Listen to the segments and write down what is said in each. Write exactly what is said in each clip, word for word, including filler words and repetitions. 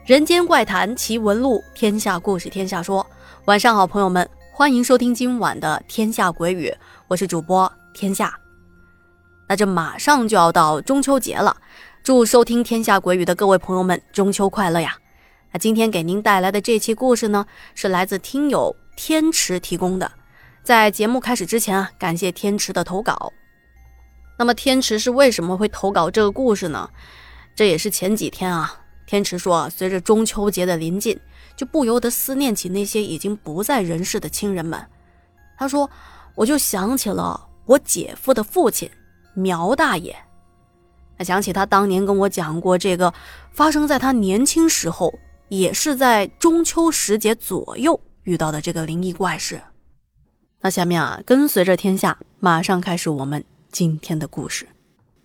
人间怪谈奇闻录，天下故事天下说。晚上好朋友们，欢迎收听今晚的天下鬼语，我是主播天下。那这马上就要到中秋节了，祝收听天下鬼语的各位朋友们中秋快乐呀。那今天给您带来的这期故事呢，是来自听友天池提供的。在节目开始之前啊，感谢天池的投稿。那么天池是为什么会投稿这个故事呢？这也是前几天啊，天池说随着中秋节的临近，就不由得思念起那些已经不在人世的亲人们。他说我就想起了我姐夫的父亲苗大爷，想起他当年跟我讲过这个发生在他年轻时候，也是在中秋时节左右遇到的这个灵异怪事。那下面啊，跟随着天下马上开始我们今天的故事。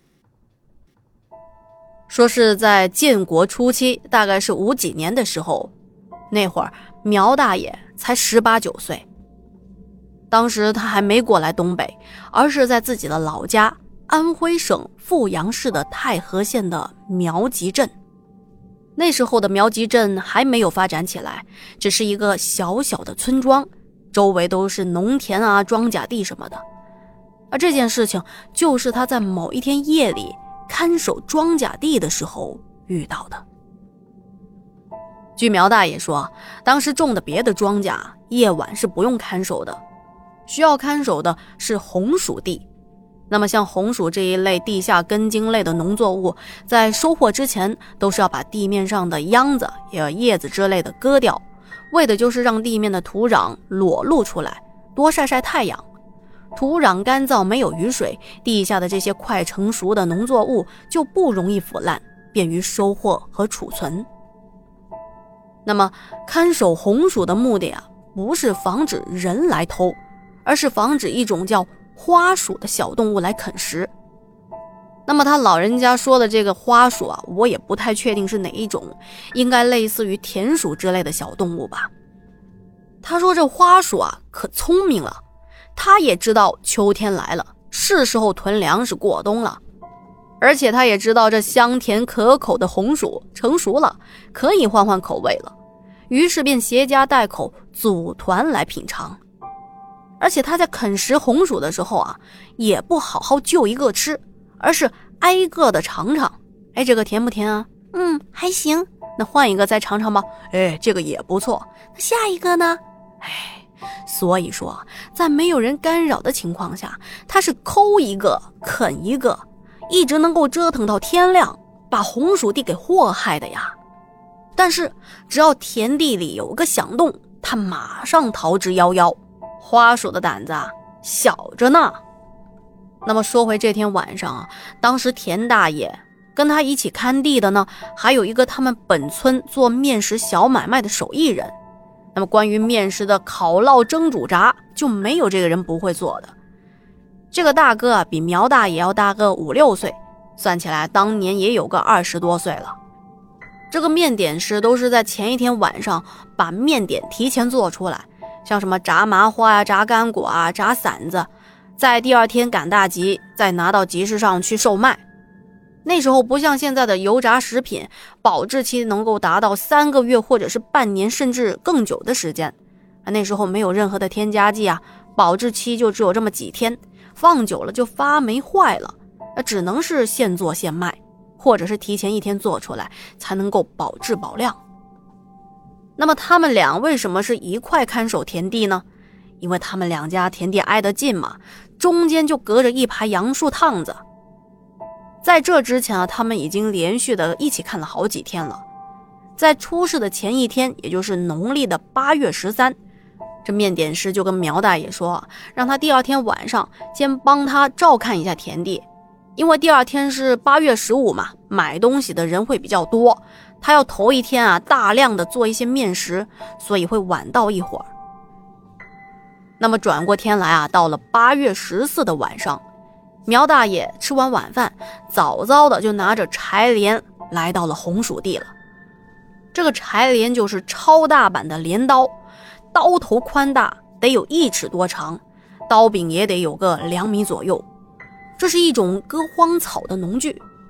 说是在建国初期，大概是五几年的时候，那会儿苗大爷才十八九岁。当时他还没过来东北，而是在自己的老家安徽省阜阳市的太和县的苗集镇。那时候的苗集镇还没有发展起来，只是一个小小的村庄，周围都是农田啊、庄稼地什么的。而这件事情就是他在某一天夜里看守庄稼地的时候遇到的。据苗大爷说，当时种的别的庄稼夜晚是不用看守的，需要看守的是红薯地。那么像红薯这一类地下根茎类的农作物，在收获之前都是要把地面上的秧子、叶子之类的割掉，为的就是让地面的土壤裸露出来，多晒晒太阳。土壤干燥没有雨水，地下的这些快成熟的农作物就不容易腐烂，便于收获和储存。那么看守红薯的目的啊，不是防止人来偷，而是防止一种叫花鼠的小动物来啃食。那么他老人家说的这个花鼠啊，我也不太确定是哪一种，应该类似于田鼠之类的小动物吧。他说这花鼠啊可聪明了，他也知道秋天来了，是时候囤粮食过冬了，而且他也知道这香甜可口的红薯成熟了，可以换换口味了，于是便携家带口组团来品尝。而且他在啃食红薯的时候啊，也不好好就一个吃，而是挨个的尝尝。哎，这个甜不甜啊？嗯，还行。那换一个再尝尝吧。哎，这个也不错。那下一个呢？哎，所以说在没有人干扰的情况下，他是抠一个啃一个，一直能够折腾到天亮，把红薯地给祸害的呀。但是只要田地里有个响动，他马上逃之夭夭。花鼠的胆子啊小着呢。那么说回这天晚上啊，当时田大爷跟他一起看地的呢，还有一个他们本村做面食小买卖的手艺人。那么关于面食的烤烙蒸煮炸，就没有这个人不会做的。这个大哥啊比苗大爷要大个五六岁，算起来当年也有个二十多岁了。这个面点师都是在前一天晚上把面点提前做出来，像什么炸麻花啊、炸干果啊、炸馓子，在第二天赶大集再拿到集市上去售卖。那时候不像现在的油炸食品，保质期能够达到三个月或者是半年甚至更久的时间。那时候没有任何的添加剂啊，保质期就只有这么几天，放久了就发霉坏了，只能是现做现卖，或者是提前一天做出来，才能够保质保量。那么他们俩为什么是一块看守田地呢？因为他们两家田地挨得近嘛，中间就隔着一排杨树趟子。在这之前啊，他们已经连续的一起看了好几天了。在出事的前一天，也就是农历的八月十三，这面点师就跟苗大爷说，让他第二天晚上先帮他照看一下田地，因为第二天是八月十五嘛，买东西的人会比较多，他要头一天啊大量的做一些面食，所以会晚到一会儿。那么转过天来啊，到了八月十四的晚上，苗大爷吃完晚饭，早早的就拿着柴镰来到了红薯地了。这个柴镰就是超大版的镰刀，刀头宽大，得有一尺多长，刀柄也得有个两米左右。这是一种割荒草的农具。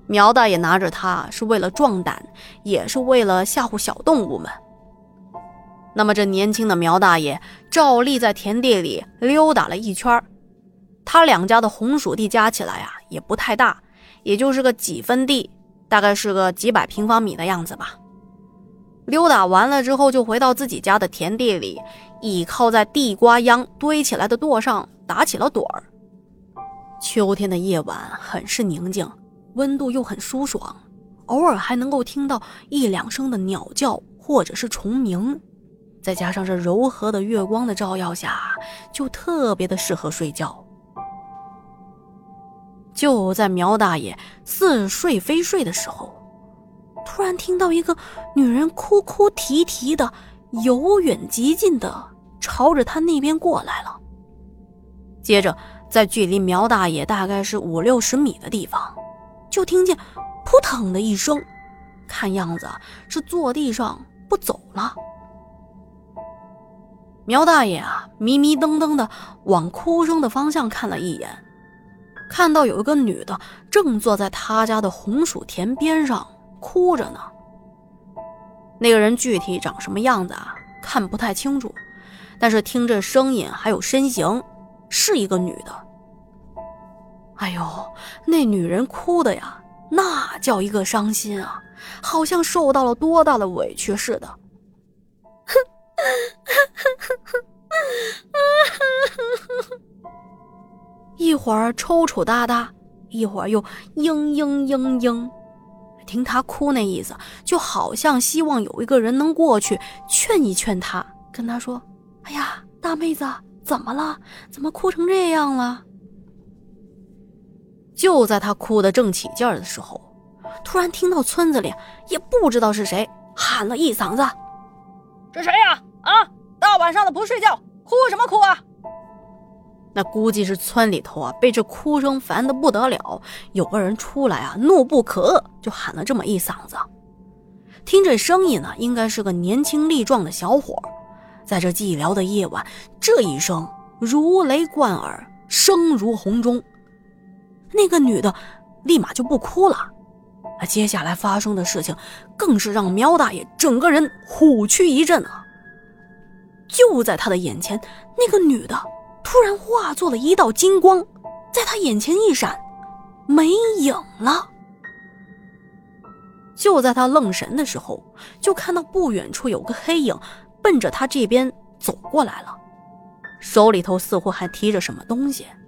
苗大爷拿着它是为了壮胆，也是为了吓唬小动物们。那么这年轻的苗大爷照例在田地里溜达了一圈，他两家的红薯地加起来啊也不太大，也就是个几分地，大概是个几百平方米的样子吧。溜达完了之后，就回到自己家的田地里，倚靠在地瓜秧堆起来的垛上打起了盹儿。秋天的夜晚很是宁静，温度又很舒爽，偶尔还能够听到一两声的鸟叫或者是虫鸣，再加上这柔和的月光的照耀下，就特别的适合睡觉。就在苗大爷似睡非睡的时候，突然听到一个女人哭哭啼啼的由远及近的朝着他那边过来了。接着在距离苗大爷大概是五六十米的地方，就听见扑腾的一声，看样子是坐地上不走了。苗大爷啊迷迷瞪瞪的往哭声的方向看了一眼，看到有一个女的正坐在他家的红薯田边上哭着呢。那个人具体长什么样子啊看不太清楚，但是听着声音还有身形是一个女的。哎呦，那女人哭的呀那叫一个伤心啊，好像受到了多大的委屈似的。一会儿抽抽搭搭，一会儿又嘤嘤嘤嘤，听他哭那意思，就好像希望有一个人能过去劝一劝他，跟他说：哎呀，大妹子怎么了？怎么哭成这样了？就在他哭得正起劲儿的时候，突然听到村子里也不知道是谁喊了一嗓子： 是谁呀？啊，大晚上的不睡觉，哭什么哭啊？ 那估计是村里头啊被这哭声烦得不得了，有个人出来啊怒不可遏，就喊了这么一嗓子。听这声音呢，应该是个年轻力壮的小伙。在这寂寥的夜晚，这一声如雷贯耳，声如洪钟。那个女的立马就不哭了。接下来发生的事情更是让苗大爷整个人虎躯一震啊！就在他的眼前，那个女的突然化作了一道金光，在他眼前一闪，没影了。就在他愣神的时候，就看到不远处有个黑影奔着他这边走过来了，手里头似乎还提着什么东西。